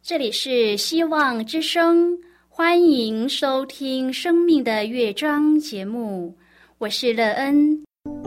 这里是希望之声，欢迎收听生命的乐章节目，我是乐恩。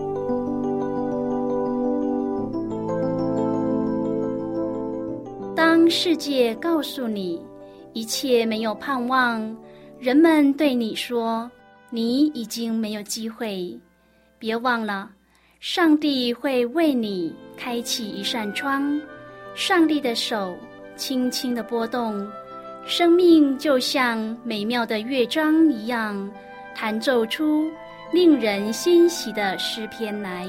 当世界告诉你一切没有盼望，人们对你说你已经没有机会，别忘了上帝会为你开启一扇窗，上帝的手轻轻地拨动，生命就像美妙的乐章一样，弹奏出令人欣喜的诗篇来。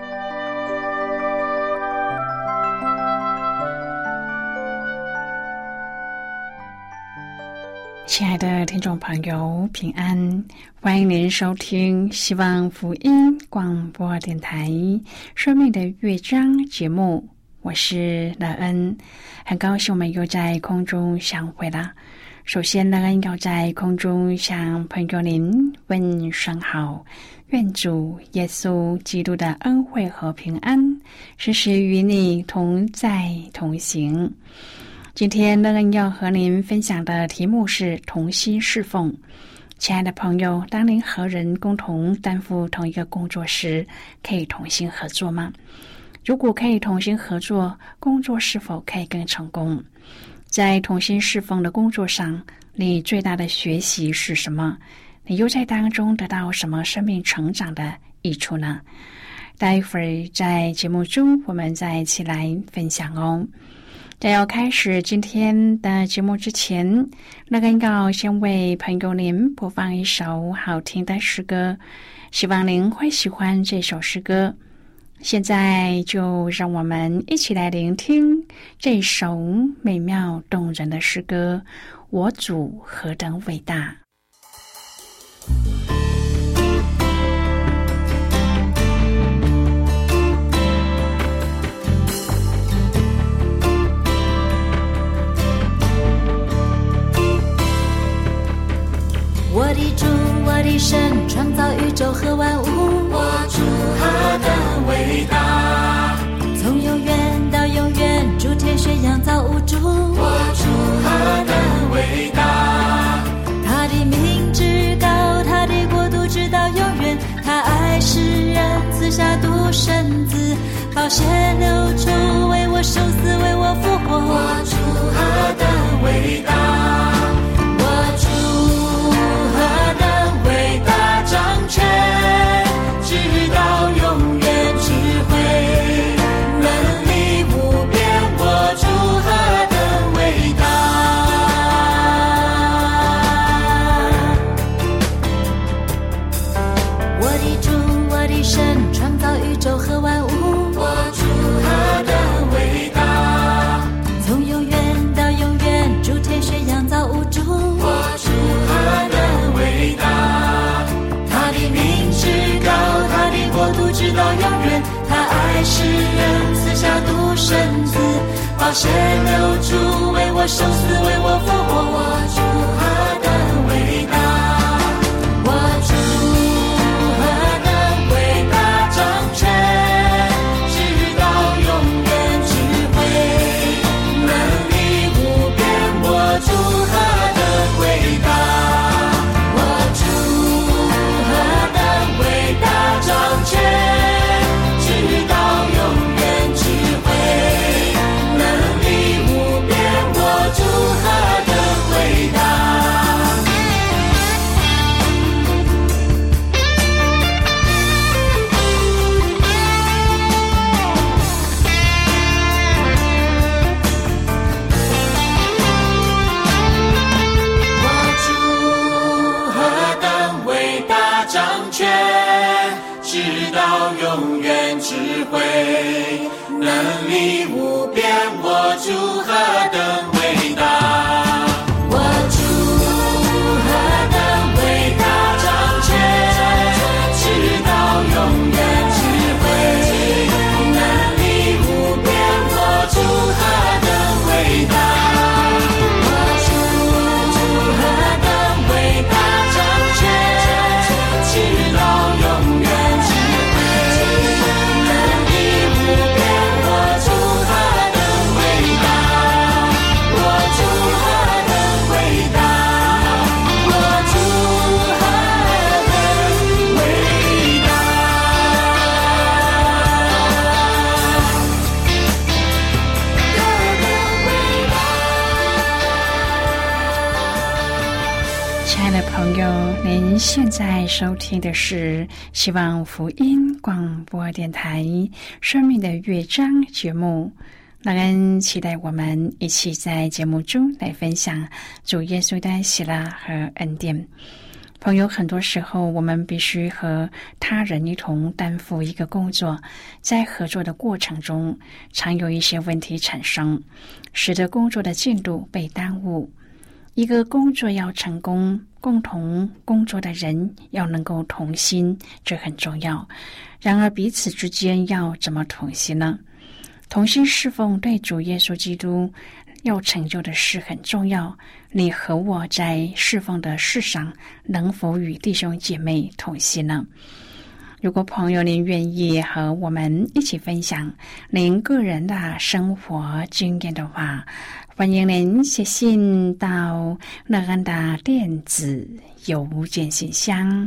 亲爱的听众朋友，平安，欢迎您收听希望福音广播电台生命的乐章节目，我是乐恩，很高兴我们又在空中相会了。首先，乐恩要在空中向朋友您问声好，愿主耶稣基督的恩惠和平安时时与你同在同行。今天乐恩要和您分享的题目是同心侍奉。亲爱的朋友，当您和人共同担负同一个工作时，可以同心合作吗？如果可以同心合作，工作是否可以更成功？在同心侍奉的工作上，你最大的学习是什么？你又在当中得到什么生命成长的益处呢？待会儿在节目中我们再一起来分享哦。在要开始今天的节目之前，乐恩要先为朋友您播放一首好听的诗歌，希望您会喜欢这首诗歌。现在就让我们一起来聆听这首美妙动人的诗歌，我主何等伟大。 我的主，我的神，创造宇宙和万物，我主何等伟大！从永远到永远，诸天宣扬造物主，我主何等伟大！他的名至高，他的国度直到永远，他爱世人，赐下独生子，宝血流出，为我受死，为我复活，我主何等伟大！世人赐下独生子，宝血流出，为我受死，为我复活，我主何等伟大！我主何等伟大，掌权直到永远，智慧能力无边，我主何等伟大！我主何等伟大，掌权能力无边，我主何等伟大！我主何等伟大，掌权直到永远，智慧能力无边，我主何等伟大！我主何等伟大，掌权直到永远，智慧能力无边，我主何等伟大！ 朋友，您现在收听的是希望福音广播电台生命的乐章节目。让人期待我们一起在节目中来分享主耶稣的喜乐和恩典。朋友，很多时候我们必须和他人一同担负一个工作，在合作的过程中常有一些问题产生，使得工作的进度被耽误。一个工作要成功，共同工作的人要能够同心，这很重要。然而彼此之间要怎么同心呢？同心侍奉对主耶稣基督要成就的事很重要。你和我在侍奉的事上能否与弟兄姐妹同心呢？如果朋友您愿意和我们一起分享您个人的生活经验的话，欢迎您写信到乐安的电子邮件信箱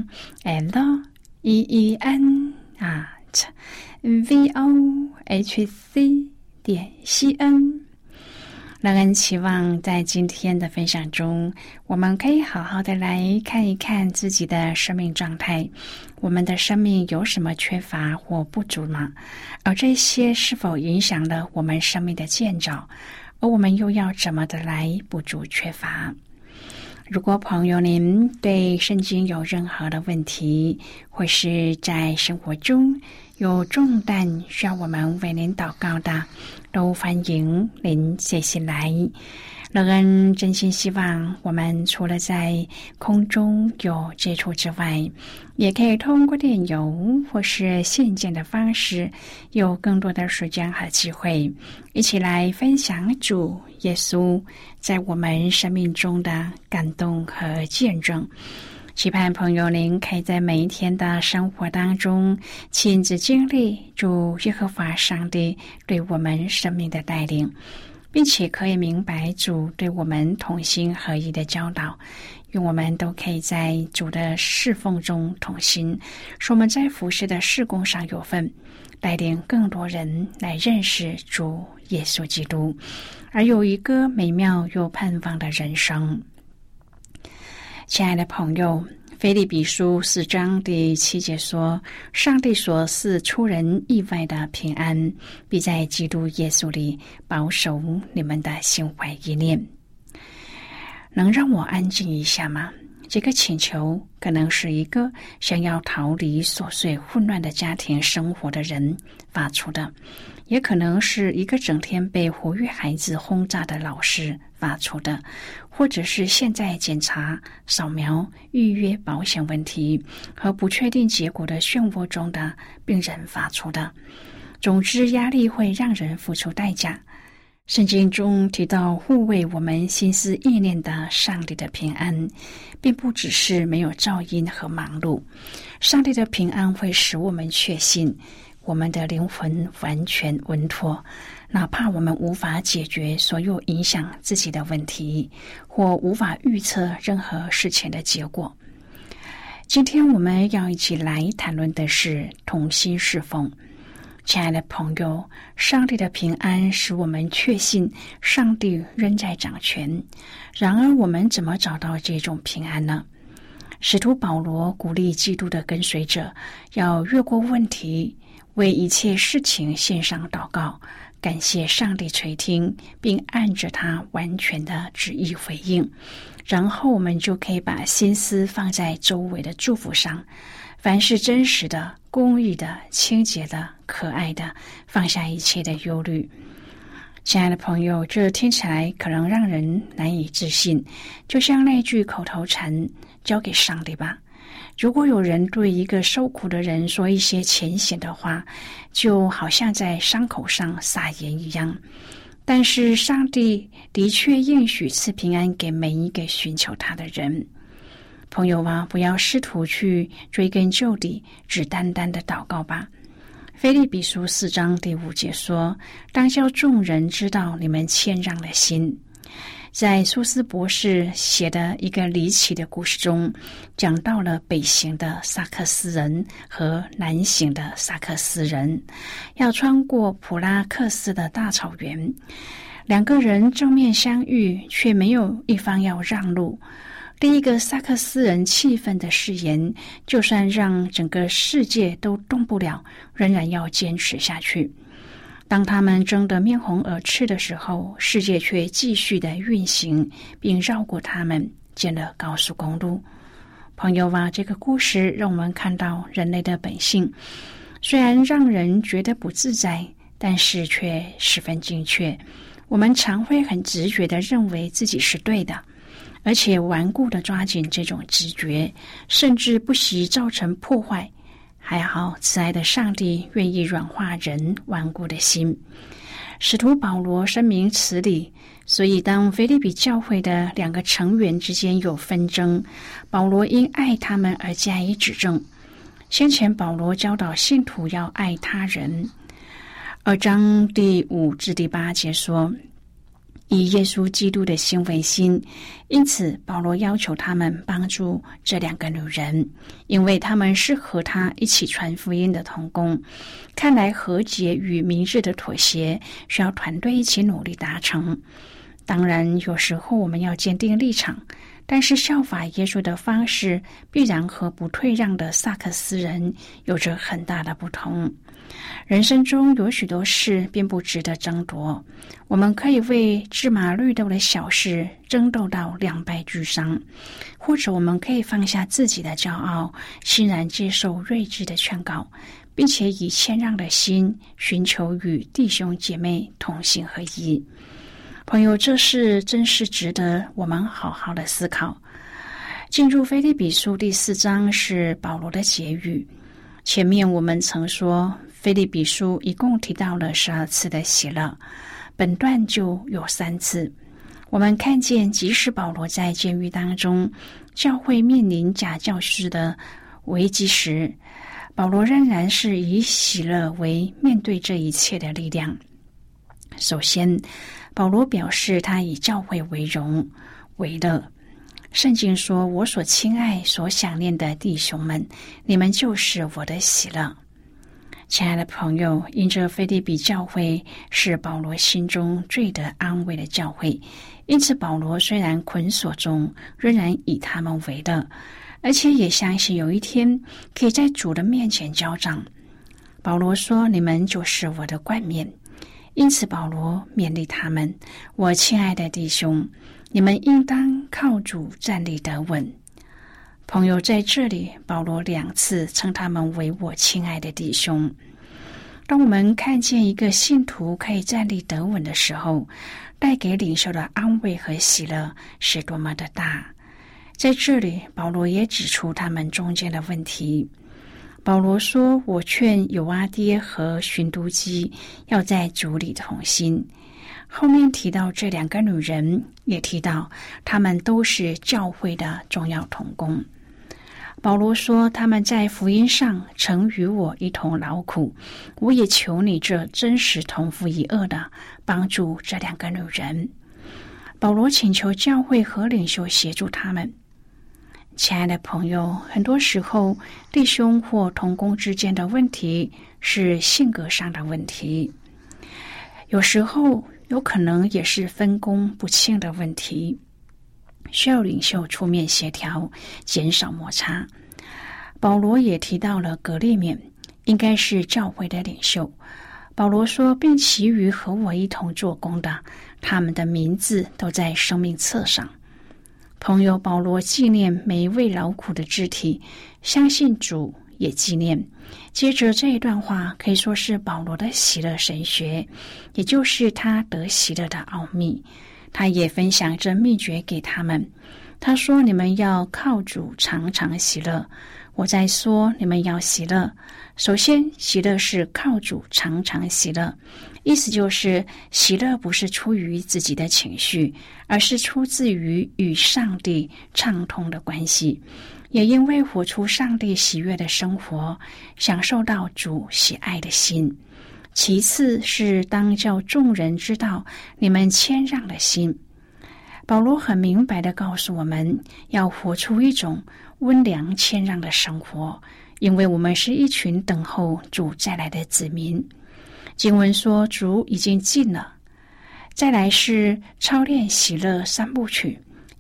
len@vohc.cn。乐安期望在今天的分享中，我们可以好好的来看一看自己的生命状态，我们的生命有什么缺乏或不足吗？而这些是否影响了我们生命的建造？而我们又要怎么的来补足缺乏？如果朋友您对圣经有任何的问题，或是在生活中有重担需要我们为您祷告的，都欢迎您写信来。乐恩真心希望我们除了在空中有接触之外，也可以通过电邮或是信件的方式，有更多的时间和机会，一起来分享主耶稣在我们生命中的感动和见证。期盼朋友您可以在每一天的生活当中亲自经历主耶和华上帝对我们生命的带领，并且可以明白主对我们同心合一的教导，愿我们都可以在主的侍奉中同心，使我们在服事的事工上有份，带领更多人来认识主耶稣基督，而有一个美妙又盼望的人生。亲爱的朋友，腓立比书4章第7节说，上帝所赐出人意外的平安，必在基督耶稣里保守你们的心怀意念。能让我安静一下吗？这个请求可能是一个想要逃离琐碎混乱的家庭生活的人发出的，也可能是一个整天被活跃孩子轰炸的老师发出的，或者是现在检查、扫描、预约保险问题和不确定结果的漩涡中的病人发出的。总之，压力会让人付出代价。圣经中提到护卫我们心思意念的上帝的平安，并不只是没有噪音和忙碌。上帝的平安会使我们确信我们的灵魂完全稳妥，哪怕我们无法解决所有影响自己的问题，或无法预测任何事情的结果。今天我们要一起来谈论的是同心侍奉。亲爱的朋友，上帝的平安使我们确信上帝仍在掌权。然而我们怎么找到这种平安呢？使徒保罗鼓励基督的跟随者要越过问题，为一切事情献上祷告，感谢上帝垂听，并按着他完全的旨意回应。然后我们就可以把心思放在周围的祝福上，凡是真实的、公义的、清洁的、可爱的，放下一切的忧虑。亲爱的朋友，这听起来可能让人难以置信，就像那句口头禅，交给上帝吧。如果有人对一个受苦的人说一些浅显的话，就好像在伤口上撒盐一样。但是上帝的确应许赐平安给每一个寻求他的人。朋友啊，不要试图去追根究底，只单单的祷告吧。腓立比书4章第5节说，当叫众人知道你们谦让的心。在苏斯博士写的一个离奇的故事中，讲到了北行的萨克斯人和南行的萨克斯人要穿过普拉克斯的大草原，两个人正面相遇，却没有一方要让路。 第一个撒克斯人气愤的誓言，就算让整个世界都动不了，仍然要坚持下去。当他们争得面红耳赤的时候，世界却继续的运行，并绕过他们，建了高速公路。朋友啊，这个故事让我们看到人类的本性，虽然让人觉得不自在，但是却十分精确。我们常会很直觉地认为自己是对的，而且顽固地抓紧这种直觉，甚至不惜造成破坏。还好慈爱的上帝愿意软化人顽固的心。使徒保罗声明此理，所以当腓立比教会的2个成员之间有纷争，保罗因爱他们而加以指正。先前保罗教导信徒要爱他人。2章第5至第8节说，以耶稣基督的心为心，因此保罗要求他们帮助这2个女人，因为他们是和他一起传福音的同工。看来和解与明日的妥协需要团队一起努力达成。当然有时候我们要坚定立场，但是效法耶稣的方式必然和不退让的撒克斯人有着很大的不同。人生中有许多事并不值得争夺，我们可以为芝麻绿豆的小事争斗到两败俱伤，或者我们可以放下自己的骄傲，欣然接受睿智的劝告，并且以谦让的心寻求与弟兄姐妹同心合一。朋友，这事真是值得我们好好的思考。进入腓立比书第4章是保罗的结语。前面我们曾说，腓立比书一共提到了12次的喜乐，本段就有3次。我们看见，即使保罗在监狱当中，教会面临假教师的危机时，保罗仍然是以喜乐为面对这一切的力量。首先，保罗表示他以教会为荣为乐。圣经说，我所亲爱所想念的弟兄们，你们就是我的喜乐。亲爱的朋友，因着腓立比教会是保罗心中最得安慰的教会，因此保罗虽然捆锁中，仍然以他们为乐，而且也相信有一天可以在主的面前交账。保罗说，你们就是我的冠冕。因此保罗勉励他们，我亲爱的弟兄，你们应当靠主站立得稳。朋友，在这里保罗2次称他们为我亲爱的弟兄。当我们看见一个信徒可以站立得稳的时候，带给领袖的安慰和喜乐是多么的大。在这里保罗也指出他们中间的问题。保罗说，我劝友阿爹和寻都基要在主里同心。后面提到这2个女人，也提到她们都是教会的重要同工。保罗说，他们在福音上曾与我一同劳苦，我也求你这真实同父一轭的帮助这2个女人。保罗请求教会和领袖协助他们。亲爱的朋友，很多时候弟兄或同工之间的问题是性格上的问题，有时候有可能也是分工不清的问题，需要领袖出面协调，减少摩擦。保罗也提到了革利免，应该是教会的领袖。保罗说，并其余和我一同做工的，他们的名字都在生命册上。朋友，保罗纪念每一位劳苦的肢体，相信主也纪念。接着这一段话可以说是保罗的喜乐神学，也就是他得喜乐的奥秘。他也分享这秘诀给他们。他说，你们要靠主常常喜乐。我在说你们要喜乐。首先，喜乐是靠主常常喜乐，意思就是喜乐不是出于自己的情绪，而是出自于与上帝畅通的关系，也因为活出上帝喜悦的生活，享受到主喜爱的心。其次是当叫众人知道你们谦让的心。保罗很明白地告诉我们，要活出一种温良谦让的生活，因为我们是一群等候主再来的子民。经文说，主已经近了。再来是操练喜乐3部曲，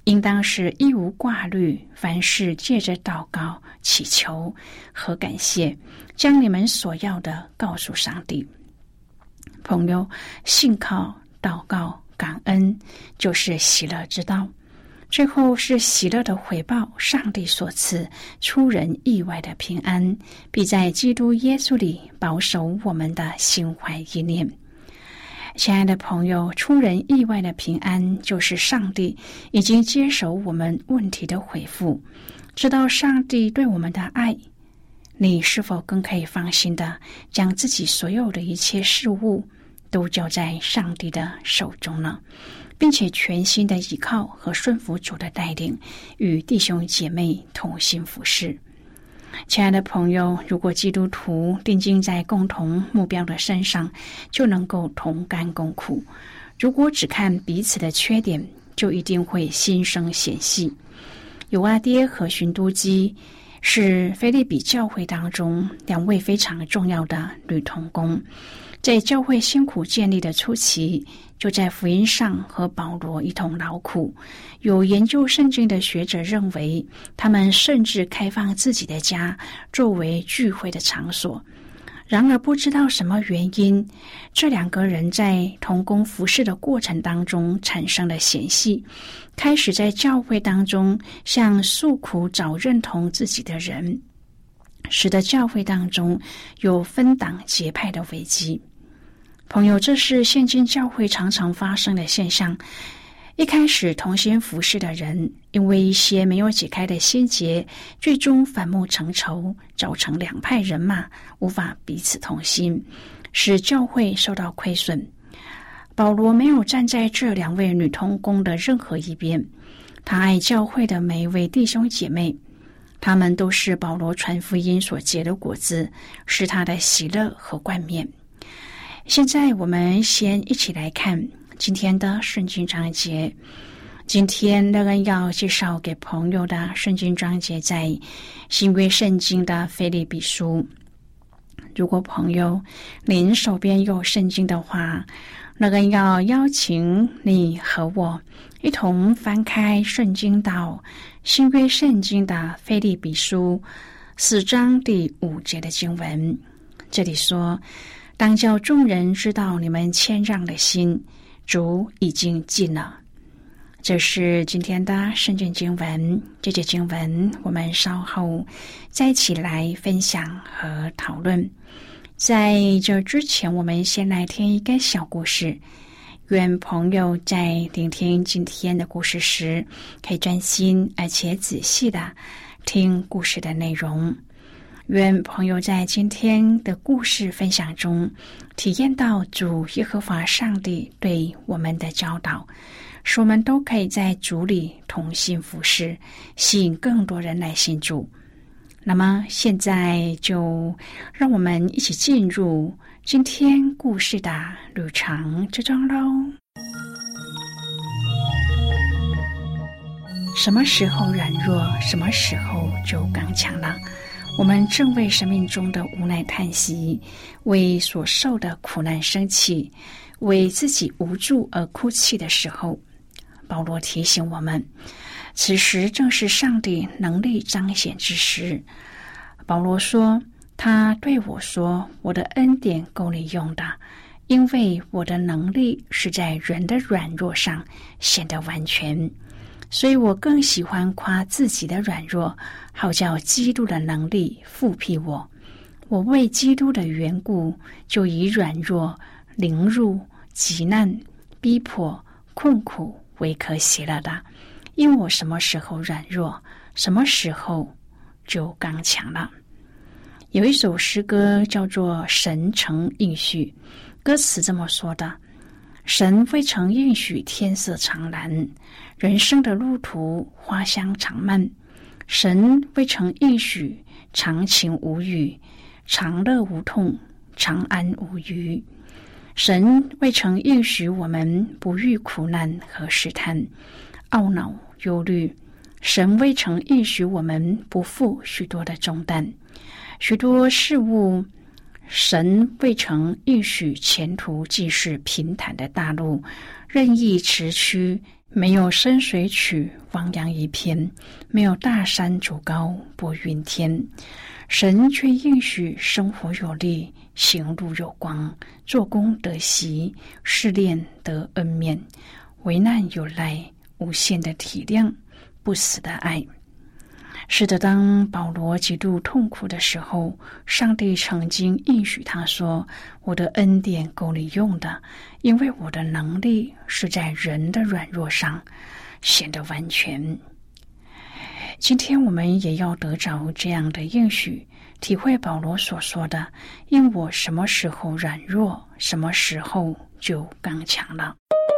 应当是一无挂虑，凡事借着祷告、祈求和感谢，将你们所要的告诉上帝。朋友，信靠、祷告、感恩，就是喜乐之道。最后是喜乐的回报，上帝所赐出人意外的平安，必在基督耶稣里保守我们的心怀意念。亲爱的朋友，出人意外的平安，就是上帝已经接手我们问题的回复，知道上帝对我们的爱。你是否更可以放心的将自己所有的一切事物都交在上帝的手中呢？并且全心的依靠和顺服主的带领，与弟兄姐妹同心服侍。亲爱的朋友，如果基督徒定睛在共同目标的身上，就能够同甘共苦；如果只看彼此的缺点，就一定会心生嫌隙。友阿爹和寻都基是腓立比教会当中两位非常重要的女同工，在教会辛苦建立的初期，就在福音上和保罗一同劳苦。有研究圣经的学者认为，他们甚至开放自己的家作为聚会的场所。然而不知道什么原因，这两个人在同工服事的过程当中产生了嫌隙，开始在教会当中向诉苦找认同自己的人，使得教会当中有分党结派的危机。朋友，这是现今教会常常发生的现象。一开始同心服事的人，因为一些没有解开的心结，最终反目成仇，造成两派人马无法彼此同心，使教会受到亏损。保罗没有站在这两位女同工的任何一边，他爱教会的每一位弟兄姐妹，他们都是保罗传福音所结的果子，是他的喜乐和冠冕。现在我们先一起来看今天的圣经章节。今天乐恩要介绍给朋友的圣经章节在新约圣经的腓立比书。如果朋友您手边有圣经的话，乐恩要邀请你和我一同翻开圣经到新约圣经的腓立比书4章第5节的经文。这里说，当叫众人知道你们谦让的心，主已经尽了。这是今天的圣经经文，这节经文我们稍后再一起来分享和讨论。在这之前，我们先来听一个小故事。愿朋友在聆听今天的故事时，可以专心而且仔细的听故事的内容。愿朋友在今天的故事分享中体验到主耶和华上帝对我们的教导，使我们都可以在主里同心服事，吸引更多人来信主。那么现在就让我们一起进入今天故事的旅程之中喽。什么时候软弱，什么时候就刚强了。我们正为生命中的无奈叹息，为所受的苦难生气，为自己无助而哭泣的时候，保罗提醒我们，此时正是上帝能力彰显之时。保罗说，他对我说，我的恩典够你用的，因为我的能力是在人的软弱上显得完全。所以我更喜欢夸自己的软弱，好叫基督的能力复辟我。我为基督的缘故，就以软弱、凌辱、急难、逼迫、困苦为可喜乐的，因我什么时候软弱，什么时候就刚强了。有一首诗歌叫做《神曾应许》，歌词这么说的：神未曾应许天色常蓝，人生的路途花香常漫。神未曾应许长晴无雨，长乐无痛，长安无虞。神未曾应许我们不遇苦难和试探，懊恼忧虑。神未曾应许我们不负许多的重担，许多事物。神未曾应许前途既是平坦的大路，任意驰驱， 没有深水曲汪洋一片，没有大山阻高拨云天，神却应许生活有力，行路有光，做工得喜，试炼得恩免，危难有赖，无限的体谅，不死的爱。是的，当保罗极度痛苦的时候，上帝曾经应许他说，我的恩典够你用的，因为我的能力是在人的软弱上显得完全。今天我们也要得着这样的应许，体会保罗所说的，因我什么时候软弱，什么时候就刚强了。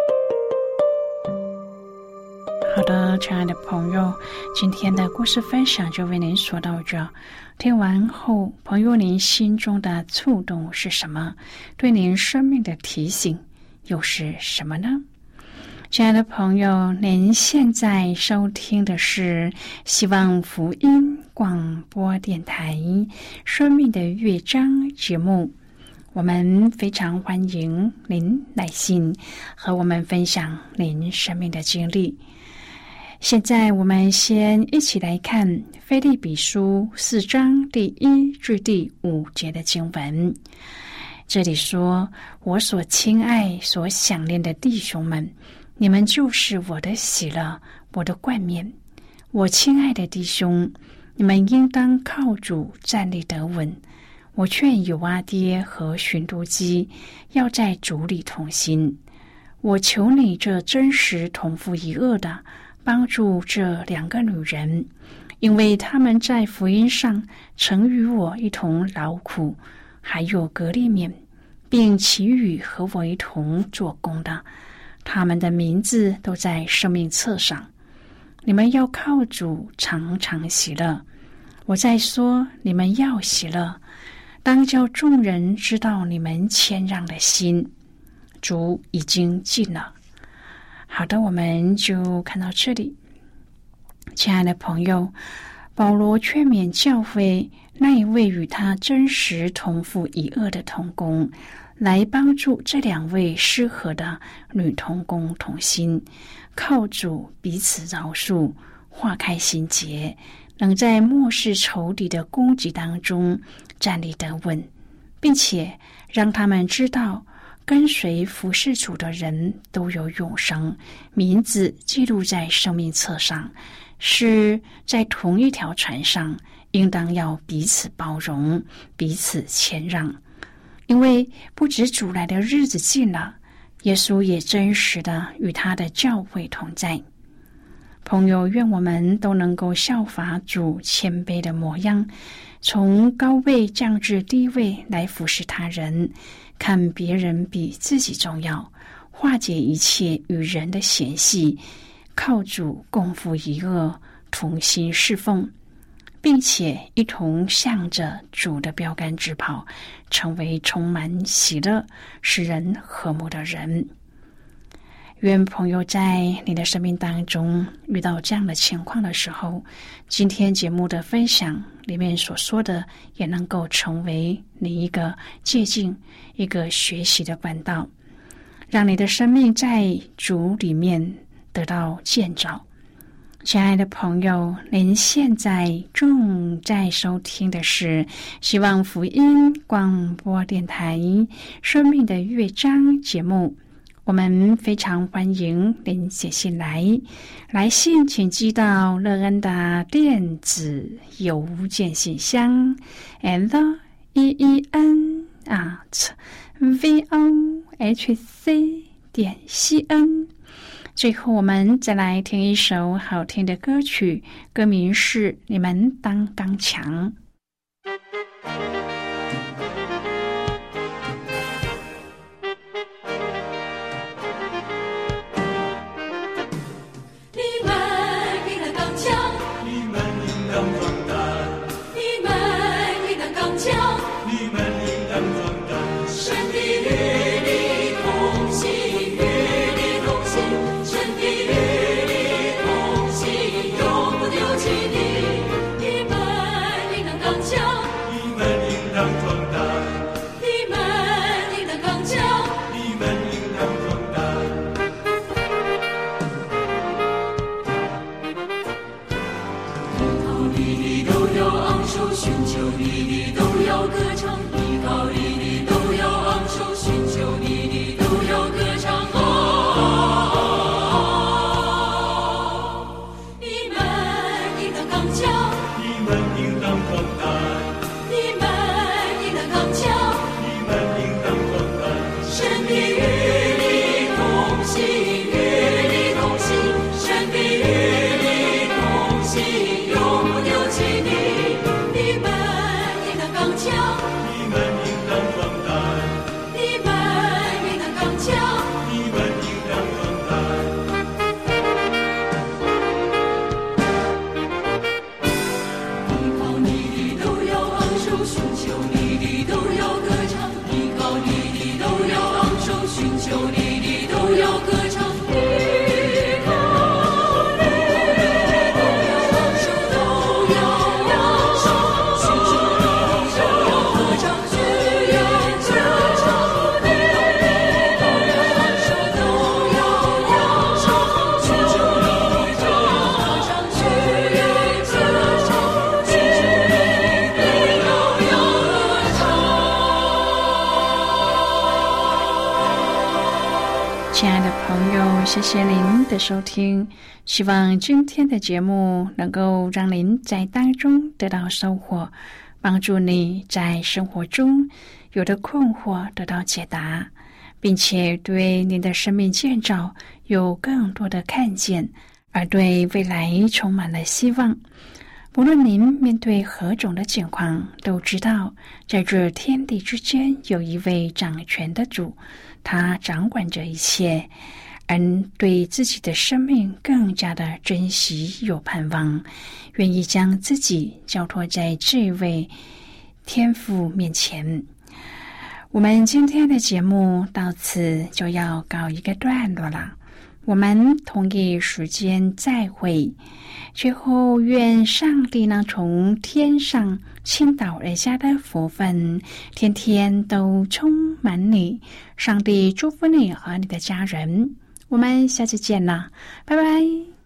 好的，亲爱的朋友，今天的故事分享就为您说到这。听完后，朋友您心中的触动是什么？对您生命的提醒又是什么呢？亲爱的朋友，您现在收听的是希望福音广播电台生命的乐章节目，我们非常欢迎您来信和我们分享您生命的经历。现在我们先一起来看腓立比书4章第1至第5节的经文。这里说，我所亲爱所想念的弟兄们，你们就是我的喜乐，我的冠冕。我亲爱的弟兄，你们应当靠主站立得稳。我劝友阿爹和寻都基要在主里同心。我求你这真实同父一轭的，帮助这2个女人，因为他们在福音上曾与我一同劳苦，还有格利勉，并其余和我一同做工的，他们的名字都在生命册上。你们要靠主常常喜乐。我在说，你们要喜乐，当叫众人知道你们谦让的心，主已经近了。好的，我们就看到这里。亲爱的朋友，保罗劝勉教会那一位与他真实同父一轭的同工，来帮助这2位失和的女同工同心，靠主彼此饶恕，化开心结，能在漠视仇敌的攻击当中站立得稳，并且让他们知道跟随服侍主的人都有永生，名字记录在生命册上，是在同一条船上，应当要彼此包容，彼此谦让。因为不止主来的日子近了，耶稣也真实的与他的教会同在。朋友，愿我们都能够效法主谦卑的模样，从高位降至低位来服侍他人，看别人比自己重要，化解一切与人的嫌隙，靠主共赴一轭，同心侍奉，并且一同向着主的标杆直跑，成为充满喜乐、使人和睦的人。愿朋友在你的生命当中遇到这样的情况的时候，今天节目的分享里面所说的也能够成为你一个借鉴、一个学习的管道，让你的生命在主里面得到建造。亲爱的朋友，您现在正在收听的是希望福音广播电台生命的乐章节目，我们非常欢迎您写信来，来信请寄到乐恩的电子邮件信箱 leen@vohc.cn。最后我们再来听一首好听的歌曲，歌名是《你们当刚强》。 你们你的都要歌唱，依靠你的都要昂首，寻求你的都要歌唱。你们应当刚强，你们应当壮胆，你们应当刚强，你们应当壮胆。神必与你同行，与你同行，神必与你同行，永不丢弃你。你们应当刚强，你们应当壮胆，你们应当刚强，你们应当壮胆。依靠你的都要昂首，寻求你的都要歌唱，依靠你的都要昂首，寻求你的都要歌唱。依靠你的都要昂首，都要昂首，寻求你的都要歌唱，只愿歌唱你的都要昂首，都要昂首，寻求你的都要歌唱，只愿歌唱，寻求你的都要歌唱。 亲爱的朋友，谢谢您的收听，希望今天的节目能够让您在当中得到收获，帮助你在生活中有的困惑得到解答，并且对您的生命建造有更多的看见，而对未来充满了希望。无论您面对何种的境况，都知道在这天地之间有一位掌权的主，他掌管着一切，而对自己的生命更加的珍惜有盼望，愿意将自己交托在这位天父面前。我们今天的节目到此就要告一个段落了，我们同一时间再会。最后，愿上帝呢从天上倾倒而下的福分，天天都充满你。上帝祝福你和你的家人。我们下次见了，拜拜。